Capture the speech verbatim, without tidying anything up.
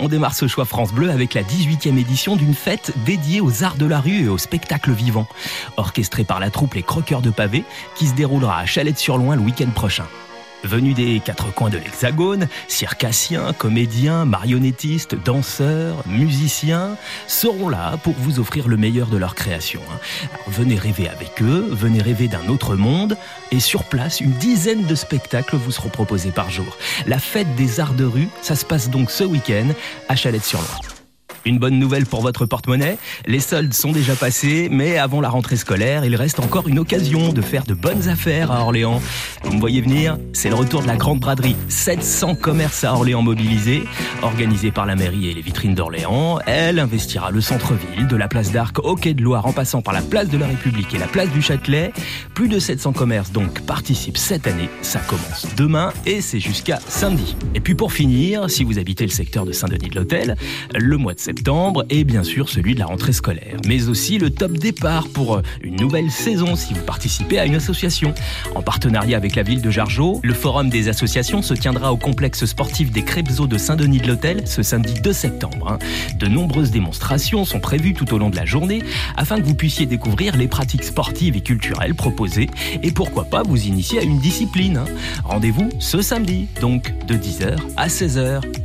On démarre ce choix France Bleu avec la dix-huitième édition d'une fête dédiée aux arts de la rue et au spectacle vivant, orchestrée par la troupe Les Croqueurs de Pavés, qui se déroulera à Chalette-sur-Loing le week-end prochain. Venus des quatre coins de l'Hexagone, circassiens, comédiens, marionnettistes, danseurs, musiciens seront là pour vous offrir le meilleur de leur création. Alors venez rêver avec eux, venez rêver d'un autre monde, et sur place, une dizaine de spectacles vous seront proposés par jour. La fête des arts de rue, ça se passe donc ce week-end à Chalette-sur-Loing. Une bonne nouvelle pour votre porte-monnaie, les soldes sont déjà passés, mais avant la rentrée scolaire, il reste encore une occasion de faire de bonnes affaires à Orléans. Vous me voyez venir, c'est le retour de la Grande Braderie. sept cents commerces à Orléans mobilisés, organisés par la mairie et les vitrines d'Orléans. Elle investira le centre-ville, de la place d'Arc au quai de Loire, en passant par la place de la République et la place du Châtelet. Plus de sept cents commerces donc participent cette année. Ça commence demain et c'est jusqu'à samedi. Et puis pour finir, si vous habitez le secteur de Saint-Denis-de-l'Hôtel, le mois de septembre et bien sûr celui de la rentrée scolaire, mais aussi le top départ pour une nouvelle saison si vous participez à une association. En partenariat avec la ville de Jargeau, le forum des associations se tiendra au complexe sportif des Crêpes-Eaux de Saint-Denis-de-l'Hôtel ce samedi deux septembre. De nombreuses démonstrations sont prévues tout au long de la journée afin que vous puissiez découvrir les pratiques sportives et culturelles proposées et pourquoi pas vous initier à une discipline. Rendez-vous ce samedi, donc de dix heures à seize heures.